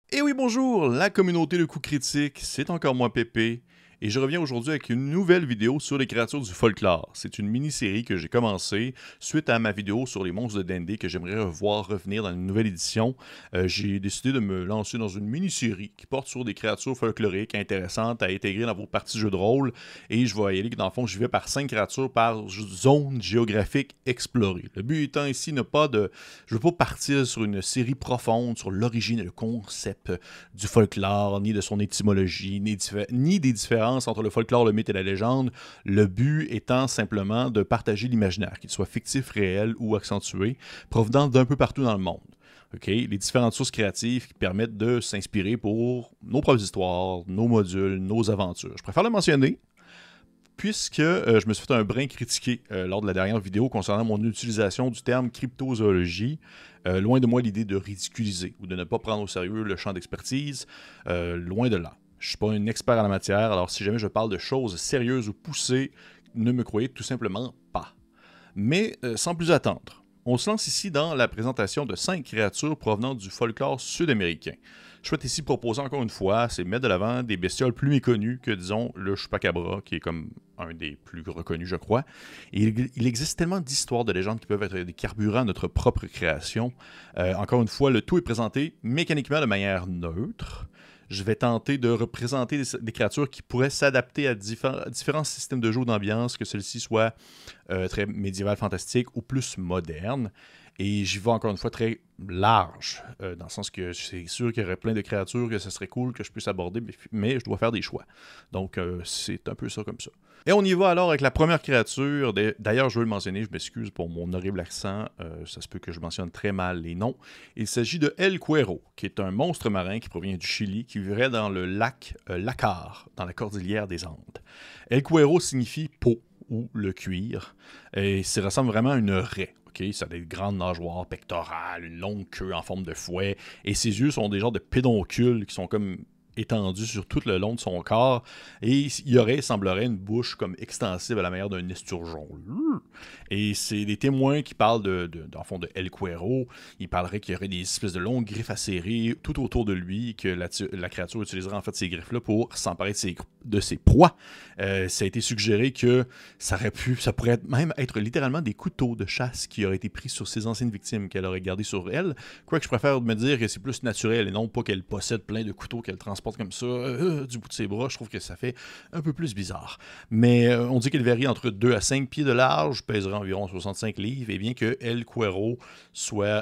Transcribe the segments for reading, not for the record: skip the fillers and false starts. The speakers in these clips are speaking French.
Et oui, bonjour, la communauté de coups critiques, c'est encore moi Pépé, et je reviens aujourd'hui avec une nouvelle vidéo sur les créatures du folklore. C'est une mini-série que j'ai commencée suite à ma vidéo sur les monstres de D&D que j'aimerais voir revenir dans une nouvelle édition. J'ai décidé de me lancer dans une mini-série qui porte sur des créatures folkloriques intéressantes à intégrer dans vos parties de jeux de rôle, et je vais y aller, dans le fond, je vais par 5 créatures par zone géographique explorée. Le but étant ici ne pas de... Je veux pas partir sur une série profonde sur l'origine et le concept du folklore, ni de son étymologie, ni des différences entre le folklore, le mythe et la légende. Le but étant simplement de partager l'imaginaire, qu'il soit fictif, réel ou accentué, provenant d'un peu partout dans le monde. Okay? Les différentes sources créatives qui permettent de s'inspirer pour nos propres histoires, nos modules, nos aventures. Je préfère le mentionner, puisque je me suis fait un brin critiqué lors de la dernière vidéo concernant mon utilisation du terme cryptozoologie. Loin de moi l'idée de ridiculiser ou de ne pas prendre au sérieux le champ d'expertise. Loin de là. Je ne suis pas un expert en la matière, alors si jamais je parle de choses sérieuses ou poussées, ne me croyez tout simplement pas. Mais sans plus attendre, on se lance ici dans la présentation de 5 créatures provenant du folklore sud-américain. Je souhaite ici proposer encore une fois, c'est mettre de l'avant des bestioles plus méconnues que, disons, le chupacabra, qui est comme un des plus reconnus, je crois. Et il existe tellement d'histoires, de légendes qui peuvent être des carburants à notre propre création. Encore une fois, le tout est présenté mécaniquement de manière neutre. Je vais tenter de représenter des créatures qui pourraient s'adapter à différents systèmes de jeu d'ambiance, que celle-ci soit très médiéval, fantastique ou plus moderne. Et j'y vais encore une fois très large, dans le sens que c'est sûr qu'il y aurait plein de créatures que ce serait cool que je puisse aborder, mais je dois faire des choix. Donc c'est un peu ça comme ça. Et on y va alors avec la première créature. D'ailleurs, je veux le mentionner, je m'excuse pour mon horrible accent, ça se peut que je mentionne très mal les noms. Il s'agit de El Cuero, qui est un monstre marin qui provient du Chili, qui vivrait dans le lac Lacar, dans la cordillère des Andes. El Cuero signifie peau ou le cuir, et ça ressemble vraiment à une raie. Okay, ça a des grandes nageoires pectorales, une longue queue en forme de fouet, et ses yeux sont des genres de pédoncules qui sont comme étendus sur tout le long de son corps, et il semblerait, une bouche comme extensive à la manière d'un esturgeon. Et c'est des témoins qui parlent dans le fond, de El Cuero. Ils parleraient qu'il y aurait des espèces de longues griffes acérées tout autour de lui, que la créature utiliserait en fait ces griffes-là pour s'emparer de ses proies. Ça a été suggéré que ça pourrait même être littéralement des couteaux de chasse qui auraient été pris sur ses anciennes victimes qu'elle aurait gardées sur elle. Quoique je préfère me dire que c'est plus naturel et non pas qu'elle possède plein de couteaux qu'elle transporte comme ça du bout de ses bras. Je trouve que ça fait un peu plus bizarre. Mais on dit qu'elle varie entre 2 à 5 pieds de large, pèserait environ 65 livres, et bien que El Cuero soit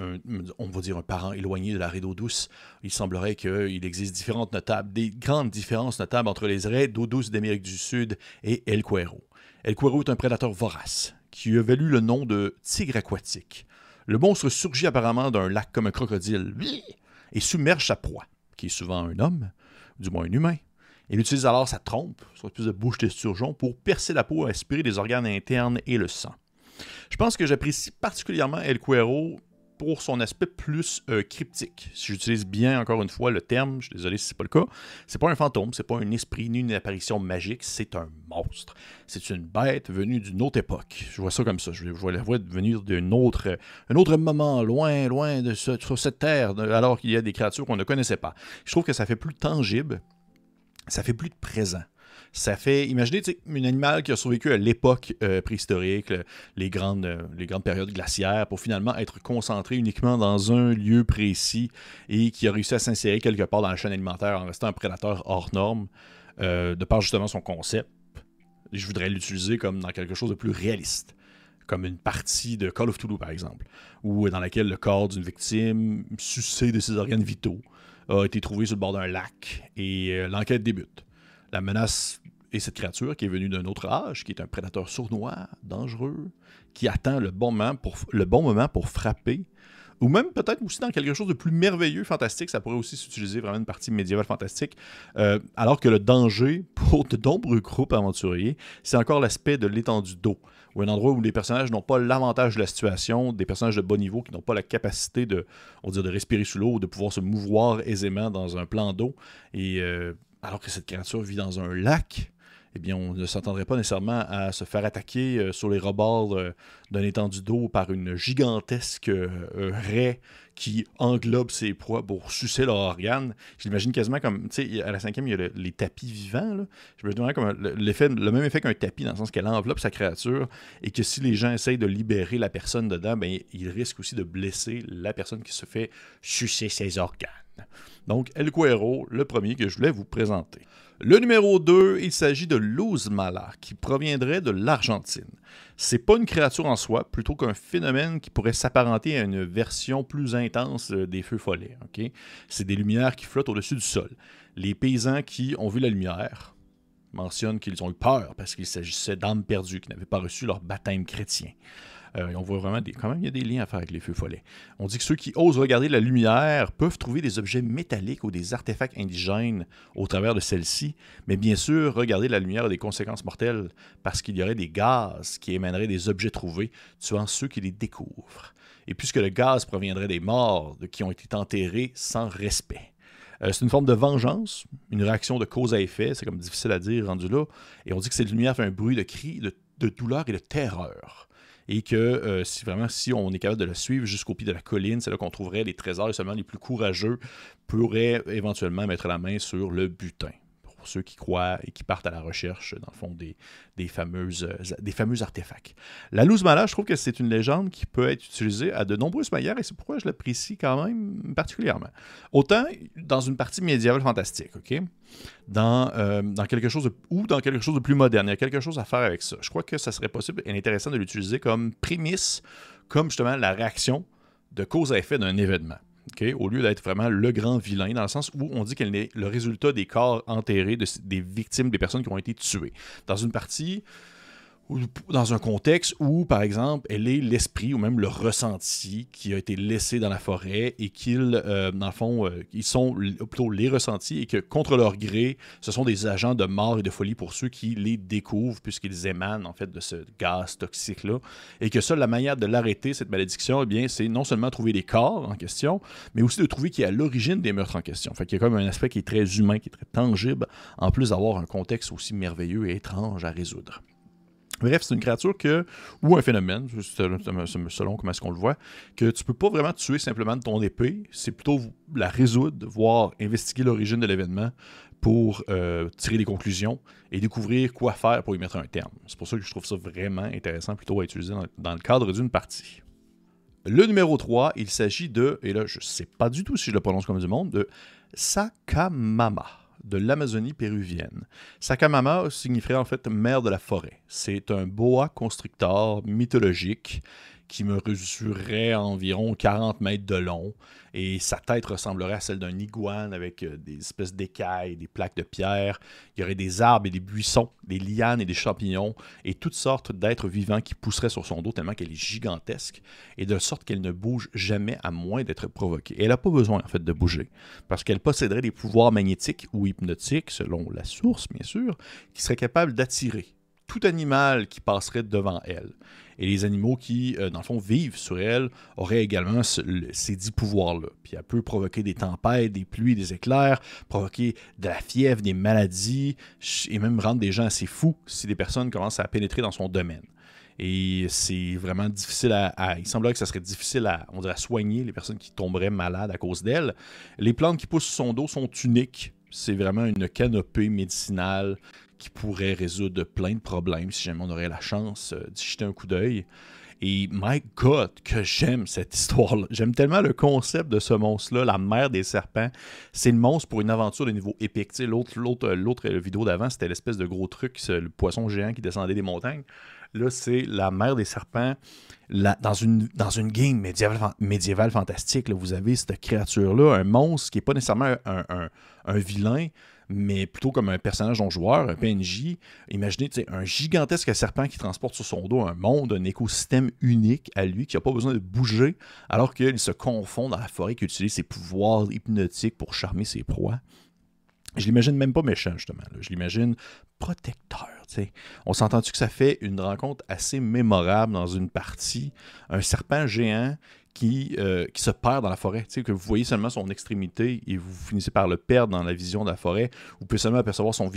on va dire un parent éloigné de la raie d'eau douce, il semblerait qu'il existe des grandes différences notables entre les raies d'eau douce d'Amérique du Sud et El Cuero. El Cuero est un prédateur vorace, qui a valu le nom de tigre aquatique. Le monstre surgit apparemment d'un lac comme un crocodile et submerge sa proie, qui est souvent un homme, du moins un humain. Il utilise alors sa trompe, son espèce de bouche d'esturgeon, pour percer la peau et aspirer les organes internes et le sang. Je pense que j'apprécie particulièrement El Cuero pour son aspect plus cryptique. Si j'utilise bien, encore une fois, le terme, je suis désolé si c'est pas le cas, c'est pas un fantôme, c'est pas un esprit ni une apparition magique, c'est un monstre. C'est une bête venue d'une autre époque. Je vois ça comme ça. Je vois la voix venir d'un autre moment, loin, loin sur cette terre, alors qu'il y a des créatures qu'on ne connaissait pas. Je trouve que ça fait plus tangible, ça fait plus de présent. Ça fait, imaginez un animal qui a survécu à l'époque préhistorique, les grandes périodes glaciaires, pour finalement être concentré uniquement dans un lieu précis et qui a réussi à s'insérer quelque part dans la chaîne alimentaire en restant un prédateur hors norme, de par justement son concept. Et je voudrais l'utiliser comme dans quelque chose de plus réaliste, comme une partie de Call of Cthulhu par exemple, ou dans laquelle le corps d'une victime, sucé de ses organes vitaux, a été trouvé sur le bord d'un lac et l'enquête débute. La menace est cette créature qui est venue d'un autre âge, qui est un prédateur sournois, dangereux, qui attend le bon moment pour frapper, ou même peut-être aussi dans quelque chose de plus merveilleux, fantastique, ça pourrait aussi s'utiliser vraiment une partie médiévale fantastique, alors que le danger pour de nombreux groupes aventuriers, c'est encore l'aspect de l'étendue d'eau, ou un endroit où les personnages n'ont pas l'avantage de la situation, des personnages de bas niveau qui n'ont pas la capacité de respirer sous l'eau ou de pouvoir se mouvoir aisément dans un plan d'eau, et alors que cette créature vit dans un lac, eh bien, on ne s'attendrait pas nécessairement à se faire attaquer sur les rebords d'un étendue d'eau par une gigantesque raie qui englobe ses proies pour sucer leurs organes. Je l'imagine quasiment comme, tu sais, à la 5e, il y a les tapis vivants, là. Je me demande comme le même effet qu'un tapis, dans le sens qu'elle enveloppe sa créature, et que si les gens essayent de libérer la personne dedans, ben, ils risquent aussi de blesser la personne qui se fait sucer ses organes. Donc, El Cuero, le premier que je voulais vous présenter. Le numéro 2, il s'agit de Luzmala, qui proviendrait de l'Argentine. C'est pas une créature en soi, plutôt qu'un phénomène qui pourrait s'apparenter à une version plus intense des feux follets. Okay? C'est des lumières qui flottent au-dessus du sol. Les paysans qui ont vu la lumière mentionnent qu'ils ont eu peur parce qu'il s'agissait d'âmes perdues qui n'avaient pas reçu leur baptême chrétien. On voit vraiment quand même, il y a des liens à faire avec les feux follets. On dit que ceux qui osent regarder la lumière peuvent trouver des objets métalliques ou des artefacts indigènes au travers de celle-ci, mais bien sûr, regarder la lumière a des conséquences mortelles parce qu'il y aurait des gaz qui émaneraient des objets trouvés, tuant ceux qui les découvrent. Et puisque le gaz proviendrait des morts qui ont été enterrés sans respect. C'est une forme de vengeance, une réaction de cause à effet, c'est comme difficile à dire rendu là, et on dit que cette lumière fait un bruit de cri, de douleur et de terreur. Et que si on est capable de le suivre jusqu'au pied de la colline, c'est là qu'on trouverait les trésors et seulement les plus courageux pourraient éventuellement mettre la main sur le butin. Pour ceux qui croient et qui partent à la recherche, dans le fond, des fameux artefacts. La Luzmala, je trouve que c'est une légende qui peut être utilisée à de nombreuses manières et c'est pourquoi je l'apprécie quand même particulièrement. Autant dans une partie médiévale fantastique, OK? Dans quelque chose dans quelque chose de plus moderne. Il y a quelque chose à faire avec ça. Je crois que ça serait possible et intéressant de l'utiliser comme prémisse, comme justement la réaction de cause à effet d'un événement. Okay? Au lieu d'être vraiment le grand vilain, dans le sens où on dit qu'elle est le résultat des corps enterrés des victimes, des personnes qui ont été tuées. Dans une partie, ou dans un contexte où, par exemple, elle est l'esprit ou même le ressenti qui a été laissé dans la forêt et qu'ils, dans le fond, ils sont plutôt les ressentis et que, contre leur gré, ce sont des agents de mort et de folie pour ceux qui les découvrent puisqu'ils émanent, en fait, de ce gaz toxique-là. Et que ça, la manière de l'arrêter, cette malédiction, eh bien, c'est non seulement trouver les corps en question, mais aussi de trouver qui est à l'origine des meurtres en question. Fait qu'il y a comme un aspect qui est très humain, qui est très tangible, en plus d'avoir un contexte aussi merveilleux et étrange à résoudre. Bref, c'est une créature ou un phénomène, selon comment est-ce qu'on le voit, que tu peux pas vraiment tuer simplement de ton épée, c'est plutôt la résoudre, voire investiguer l'origine de l'événement pour tirer des conclusions et découvrir quoi faire pour y mettre un terme. C'est pour ça que je trouve ça vraiment intéressant plutôt à utiliser dans le cadre d'une partie. Le numéro 3, il s'agit de, et là je sais pas du tout si je le prononce comme du monde, de Sacamama, de l'Amazonie péruvienne. Sacamama signifierait en fait mère de la forêt. C'est un boa constrictor mythologique qui mesurerait environ 40 mètres de long et sa tête ressemblerait à celle d'un iguane avec des espèces d'écailles, des plaques de pierre. Il y aurait des arbres et des buissons, des lianes et des champignons et toutes sortes d'êtres vivants qui pousseraient sur son dos tellement qu'elle est gigantesque et de sorte qu'elle ne bouge jamais à moins d'être provoquée. Et elle n'a pas besoin en fait de bouger parce qu'elle posséderait des pouvoirs magnétiques ou hypnotiques, selon la source bien sûr, qui seraient capables d'attirer tout animal qui passerait devant elle. Et les animaux qui, dans le fond, vivent sur elle auraient également ces 10 pouvoirs-là. Puis elle peut provoquer des tempêtes, des pluies, des éclairs, provoquer de la fièvre, des maladies, et même rendre des gens assez fous si des personnes commencent à pénétrer dans son domaine. Et c'est vraiment difficile il semblerait que ça serait difficile à soigner les personnes qui tomberaient malades à cause d'elle. Les plantes qui poussent sur son dos sont uniques. C'est vraiment une canopée médicinale qui pourrait résoudre plein de problèmes si jamais on aurait la chance d'y jeter un coup d'œil. Et my God, que j'aime cette histoire-là. J'aime tellement le concept de ce monstre-là, la mère des serpents. C'est le monstre pour une aventure de niveau épique. Tu sais, l'autre vidéo d'avant, c'était l'espèce de gros truc, le poisson géant qui descendait des montagnes. Là, c'est la mère des serpents. Dans une game médiévale fantastique, là, vous avez cette créature-là, un monstre qui n'est pas nécessairement un vilain, mais plutôt comme un personnage non joueur, un PNJ. Imaginez un gigantesque serpent qui transporte sur son dos un monde, un écosystème unique à lui, qui n'a pas besoin de bouger, alors qu'il se confond dans la forêt, qui utilise ses pouvoirs hypnotiques pour charmer ses proies. Je l'imagine même pas méchant, justement. Là. Je l'imagine protecteur. T'sais. On s'entend-tu que ça fait une rencontre assez mémorable dans une partie? Un serpent géant qui se perd dans la forêt. Tu sais, que vous voyez seulement son extrémité et vous finissez par le perdre dans la vision de la forêt. Vous pouvez seulement apercevoir son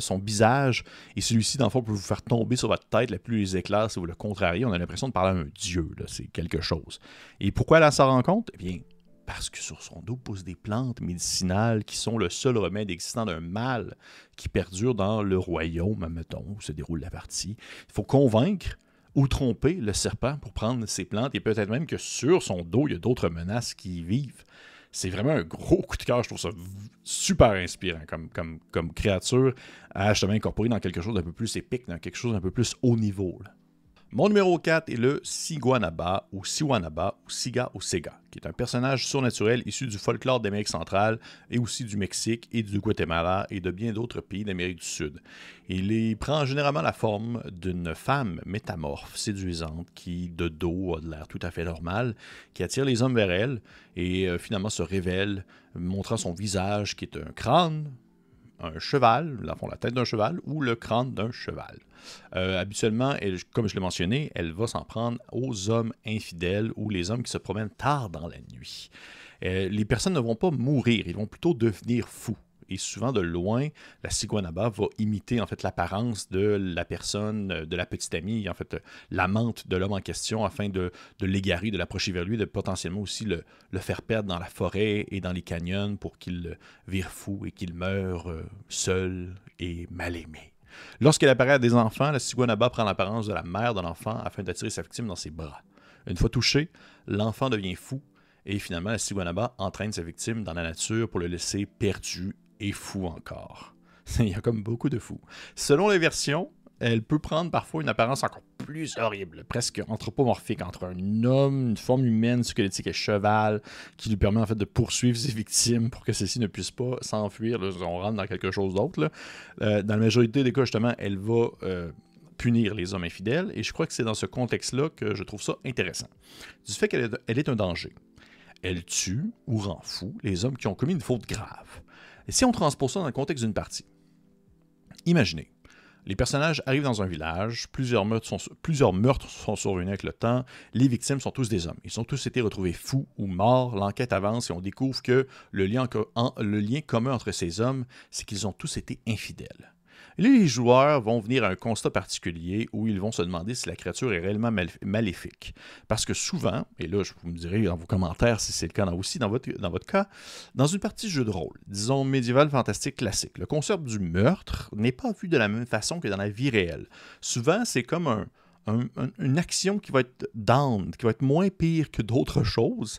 visage et celui-ci, dans le fond, peut vous faire tomber sur votre tête la plus les éclairs si vous le contrariez. On a l'impression de parler à un dieu, là. C'est quelque chose. Et pourquoi elle s'en rend compte? Eh bien, parce que sur son dos poussent des plantes médicinales qui sont le seul remède existant d'un mal qui perdure dans le royaume, mettons, où se déroule la partie. Il faut convaincre ou tromper le serpent pour prendre ses plantes, et peut-être même que sur son dos, il y a d'autres menaces qui y vivent. C'est vraiment un gros coup de cœur, je trouve ça super inspirant comme créature à justement incorporer dans quelque chose d'un peu plus épique, dans quelque chose d'un peu plus haut niveau, là. Mon numéro 4 est le Siguanaba ou Siwanaba ou Siga ou Sega, qui est un personnage surnaturel issu du folklore d'Amérique centrale et aussi du Mexique et du Guatemala et de bien d'autres pays d'Amérique du Sud. Il prend généralement la forme d'une femme métamorphe, séduisante, qui de dos a de l'air tout à fait normal, qui attire les hommes vers elle et finalement se révèle, montrant son visage qui est un crâne, un cheval, dans le fond, la tête d'un cheval, ou le crâne d'un cheval. Habituellement, comme je l'ai mentionné, elle va s'en prendre aux hommes infidèles ou les hommes qui se promènent tard dans la nuit. Les personnes ne vont pas mourir, ils vont plutôt devenir fous. Et souvent, de loin, la Siguanaba va imiter en fait l'apparence de la personne, de la petite amie, en fait l'amante de l'homme en question, afin de l'égarer, de l'approcher vers lui, de potentiellement aussi le faire perdre dans la forêt et dans les canyons pour qu'il vire fou et qu'il meure seul et mal aimé. Lorsqu'elle apparaît à des enfants, la Siguanaba prend l'apparence de la mère de l'enfant afin d'attirer sa victime dans ses bras. Une fois touché, l'enfant devient fou et finalement la Siguanaba entraîne sa victime dans la nature pour le laisser perdu et fou encore. Il y a comme beaucoup de fous. Selon les versions, elle peut prendre parfois une apparence encore plus horrible, presque anthropomorphique, entre un homme, une forme humaine, squelettique et cheval, qui lui permet en fait de poursuivre ses victimes pour que ceux-ci ne puissent pas s'enfuir. Là, on rentre dans quelque chose d'autre. Dans la majorité des cas, justement, elle va punir les hommes infidèles, et je crois que c'est dans ce contexte-là que je trouve ça intéressant. Du fait qu'elle est un danger. Elle tue ou rend fou les hommes qui ont commis une faute grave. Et si on transpose ça dans le contexte d'une partie, imaginez, les personnages arrivent dans un village, plusieurs meurtres sont survenus avec le temps, les victimes sont tous des hommes. Ils ont tous été retrouvés fous ou morts, l'enquête avance et on découvre que le lien commun entre ces hommes, c'est qu'ils ont tous été infidèles. Et là, les joueurs vont venir à un constat particulier où ils vont se demander si la créature est réellement maléfique. Parce que souvent, et là, vous me direz dans vos commentaires si c'est le cas aussi dans votre cas, dans une partie de jeu de rôle, disons médiéval fantastique classique, le concept du meurtre n'est pas vu de la même façon que dans la vie réelle. Souvent, c'est comme une action qui va être down, qui va être moins pire que d'autres choses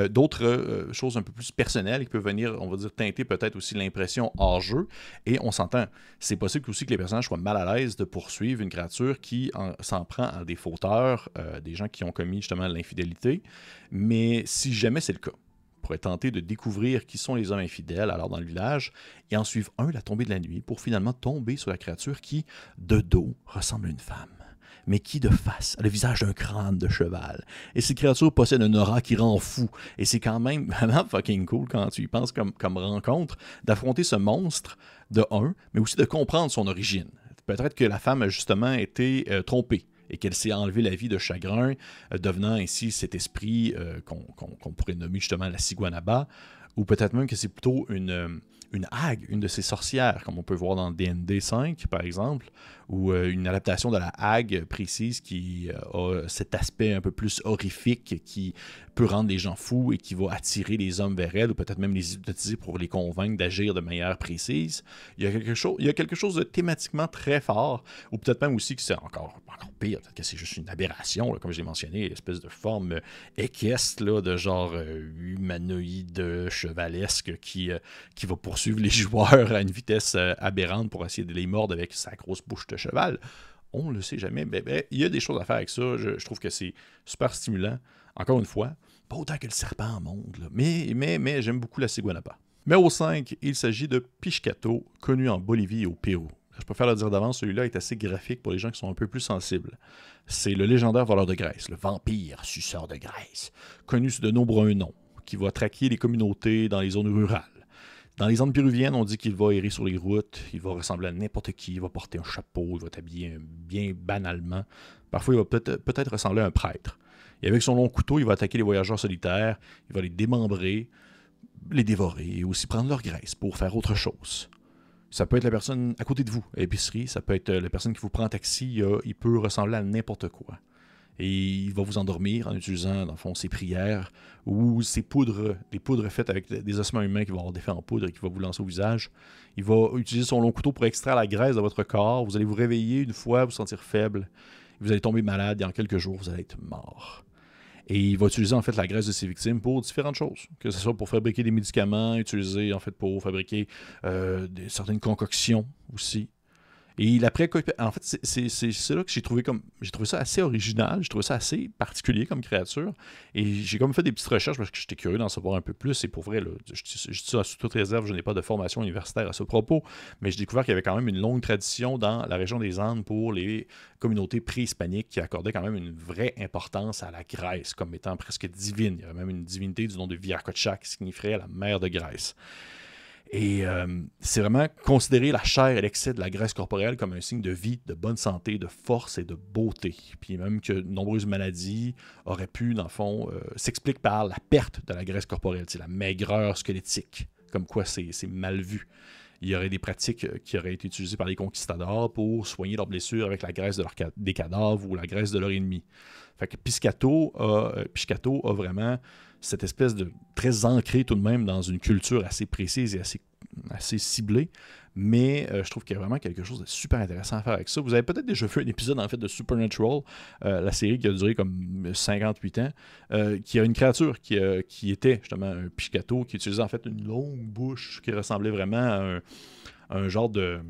choses un peu plus personnelles qui peuvent venir, on va dire, teinter peut-être aussi l'impression hors jeu. Et on s'entend, c'est possible aussi que les personnages soient mal à l'aise de poursuivre une créature qui s'en prend à des fauteurs, des gens qui ont commis justement l'infidélité. Mais si jamais c'est le cas, on pourrait tenter de découvrir qui sont les hommes infidèles alors dans le village et en suivre la tombée de la nuit pour finalement tomber sur la créature qui, de dos, ressemble à une femme, mais qui de face a le visage d'un crâne de cheval. Et cette créature possède un aura qui rend fou. Et c'est quand même vraiment fucking cool quand tu y penses comme rencontre, d'affronter ce monstre de mais aussi de comprendre son origine. Peut-être que la femme a justement été trompée et qu'elle s'est enlevée la vie de chagrin, devenant ainsi cet esprit qu'on pourrait nommer justement la Siguanaba, ou peut-être même que c'est plutôt une hag, une de ces sorcières, comme on peut voir dans D&D 5, par exemple, ou une adaptation de la hag précise qui a cet aspect un peu plus horrifique qui peut rendre les gens fous et qui va attirer les hommes vers elle, ou peut-être même les hypnotiser pour les convaincre d'agir de manière précise. Il y a quelque chose de thématiquement très fort, ou peut-être même aussi que c'est encore pire, peut-être que c'est juste une aberration, là, comme je l'ai mentionné, une espèce de forme équestre, là, de genre humanoïde, chevalesque, qui va poursuivre les joueurs à une vitesse aberrante pour essayer de les mordre avec sa grosse bouche de cheval. On ne le sait jamais, mais il y a des choses à faire avec ça. Je trouve que c'est super stimulant. Encore une fois, pas autant que le serpent en monde, là. Mais j'aime beaucoup la Siguanaba. Numéro 5, il s'agit de Pichcato, connu en Bolivie et au Pérou. Je préfère le dire d'avance, celui-là est assez graphique pour les gens qui sont un peu plus sensibles. C'est le légendaire voleur de graisse, le vampire suceur de graisse, connu sous de nombreux noms, qui va traquer les communautés dans les zones rurales. Dans les zones péruviennes, on dit qu'il va errer sur les routes, il va ressembler à n'importe qui, il va porter un chapeau, il va être habillé bien banalement. Parfois, il va peut-être ressembler à un prêtre. Et avec son long couteau, il va attaquer les voyageurs solitaires, il va les démembrer, les dévorer et aussi prendre leur graisse pour faire autre chose. Ça peut être la personne à côté de vous, à l'épicerie, ça peut être la personne qui vous prend en taxi, il peut ressembler à n'importe quoi. Et il va vous endormir en utilisant, dans le fond, ses prières ou ses poudres, des poudres faites avec des ossements humains qu'il va avoir défaits en poudre et qu'il va vous lancer au visage. Il va utiliser son long couteau pour extraire la graisse de votre corps. Vous allez vous réveiller une fois, vous sentir faible. Vous allez tomber malade et en quelques jours, vous allez être mort. Et il va utiliser en fait la graisse de ses victimes pour différentes choses, que ce soit pour fabriquer des médicaments, utiliser en fait pour fabriquer certaines concoctions aussi. Et l'après, en fait, c'est là que j'ai trouvé ça assez original, j'ai trouvé ça assez particulier comme créature. Et j'ai comme fait des petites recherches parce que j'étais curieux d'en savoir un peu plus. Et pour vrai, là, je dis ça sous toute réserve, je n'ai pas de formation universitaire à ce propos, mais j'ai découvert qu'il y avait quand même une longue tradition dans la région des Andes pour les communautés préhispaniques qui accordaient quand même une vraie importance à la graisse comme étant presque divine. Il y avait même une divinité du nom de Viracocha qui signifierait la mère de graisse. Et c'est vraiment considérer la chair et l'excès de la graisse corporelle comme un signe de vie, de bonne santé, de force et de beauté. Puis même que de nombreuses maladies auraient pu, dans le fond, s'expliquer par la perte de la graisse corporelle, la maigreur squelettique, comme quoi c'est mal vu. Il y aurait des pratiques qui auraient été utilisées par les conquistadors pour soigner leurs blessures avec la graisse des cadavres ou la graisse de leur ennemi. Fait que Piscato a vraiment cette espèce de très ancré tout de même dans une culture assez précise et assez ciblée, mais je trouve qu'il y a vraiment quelque chose de super intéressant à faire avec ça. Vous avez peut-être déjà vu un épisode en fait de Supernatural, la série qui a duré comme 58 ans, qui a une créature qui était justement un Piscato, qui utilisait en fait une longue bouche qui ressemblait vraiment à un genre de...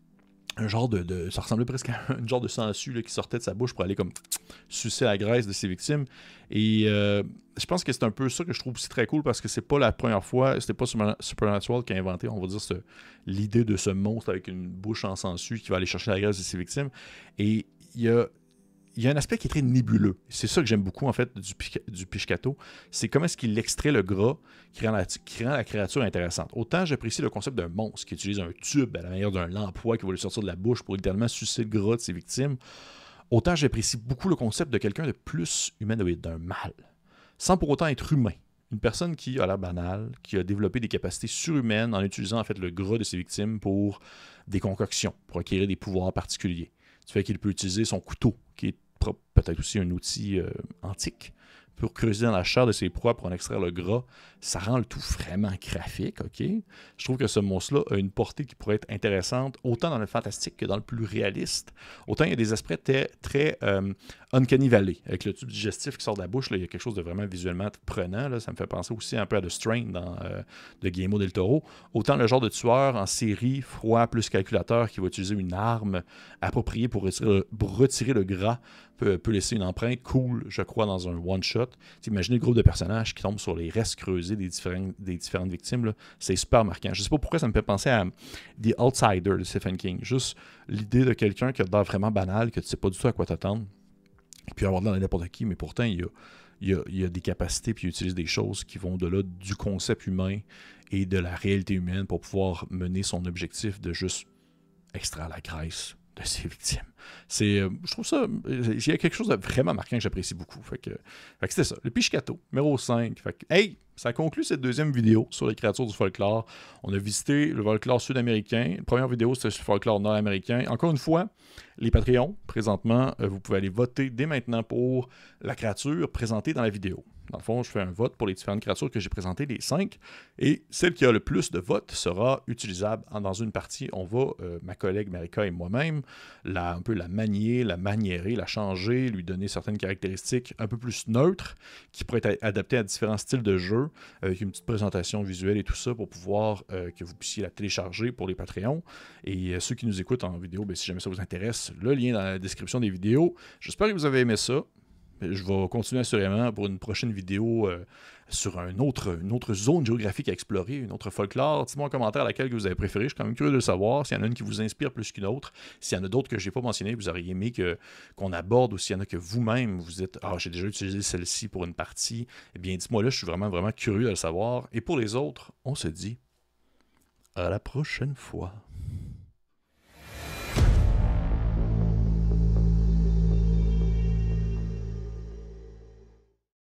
ça ressemblait presque à un genre de sangsue là, qui sortait de sa bouche pour aller comme sucer la graisse de ses victimes. Et je pense que c'est un peu ça que je trouve aussi très cool parce que c'est pas la première fois, c'était pas Supernatural qui a inventé, on va dire, l'idée de ce monstre avec une bouche en sangsue qui va aller chercher la graisse de ses victimes. Et il y a un aspect qui est très nébuleux. C'est ça que j'aime beaucoup, en fait, du Piscato. C'est comment est-ce qu'il extrait le gras qui rend la créature intéressante. Autant j'apprécie le concept d'un monstre qui utilise un tube à la manière d'un lampois qui va lui sortir de la bouche pour littéralement sucer le gras de ses victimes. Autant j'apprécie beaucoup le concept de quelqu'un de plus humanoïde, d'un mâle, sans pour autant être humain. Une personne qui a l'air banale, qui a développé des capacités surhumaines en utilisant en fait le gras de ses victimes pour des concoctions, pour acquérir des pouvoirs particuliers. Du fait qu'il peut utiliser son couteau, qui est peut-être aussi un outil antique, pour creuser dans la chair de ses proies pour en extraire le gras. Ça rend le tout vraiment graphique, ok? Je trouve que ce monstre-là a une portée qui pourrait être intéressante, autant dans le fantastique que dans le plus réaliste. Autant il y a des aspects très uncanny valley, avec le tube digestif qui sort de la bouche. Là, il y a quelque chose de vraiment visuellement prenant. Là. Ça me fait penser aussi un peu à The Strain de Guillermo del Toro. Autant le genre de tueur en série, froid plus calculateur, qui va utiliser une arme appropriée pour retirer le gras, peut laisser une empreinte cool, je crois, dans un one-shot. Imaginez le groupe de personnages qui tombent sur les restes creusés des différentes victimes. C'est super marquant. Je ne sais pas pourquoi ça me fait penser à The Outsider de Stephen King. Juste l'idée de quelqu'un qui a l'air vraiment banal, que tu ne sais pas du tout à quoi t'attendre. Il peut y avoir de n'importe qui, mais pourtant, il y a des capacités puis il utilise des choses qui vont de-delà du concept humain et de la réalité humaine pour pouvoir mener son objectif de juste extraire la graisse de ses victimes. Je trouve ça, il y a quelque chose de vraiment marquant que j'apprécie beaucoup. Fait que c'était ça, le Piscato, numéro 5. Fait que, hey, ça conclut cette deuxième vidéo sur les créatures du folklore. On a visité le folklore sud-américain. La première vidéo, c'était sur le folklore nord-américain. Encore une fois, les Patreons, présentement, vous pouvez aller voter dès maintenant pour la créature présentée dans la vidéo. Dans le fond, je fais un vote pour les différentes créatures que j'ai présentées, les 5, et celle qui a le plus de votes sera utilisable dans une partie. On va, ma collègue Marika et moi-même, un peu la manier, la maniérer, la changer, lui donner certaines caractéristiques un peu plus neutres, qui pourraient être adaptées à différents styles de jeu, avec une petite présentation visuelle et tout ça, pour pouvoir que vous puissiez la télécharger pour les Patreons. Et ceux qui nous écoutent en vidéo, si jamais ça vous intéresse, le lien dans la description des vidéos. J'espère que vous avez aimé ça. Je vais continuer assurément pour une prochaine vidéo sur une autre zone géographique à explorer, une autre folklore. Dites-moi en commentaire laquelle que vous avez préféré. Je suis quand même curieux de le savoir. S'il y en a une qui vous inspire plus qu'une autre, s'il y en a d'autres que je n'ai pas mentionnées, que vous auriez aimé qu'on aborde, ou s'il y en a que vous-même, vous dites « Ah, j'ai déjà utilisé celle-ci pour une partie », eh bien, dites-moi là, je suis vraiment, vraiment curieux de le savoir. Et pour les autres, on se dit à la prochaine fois.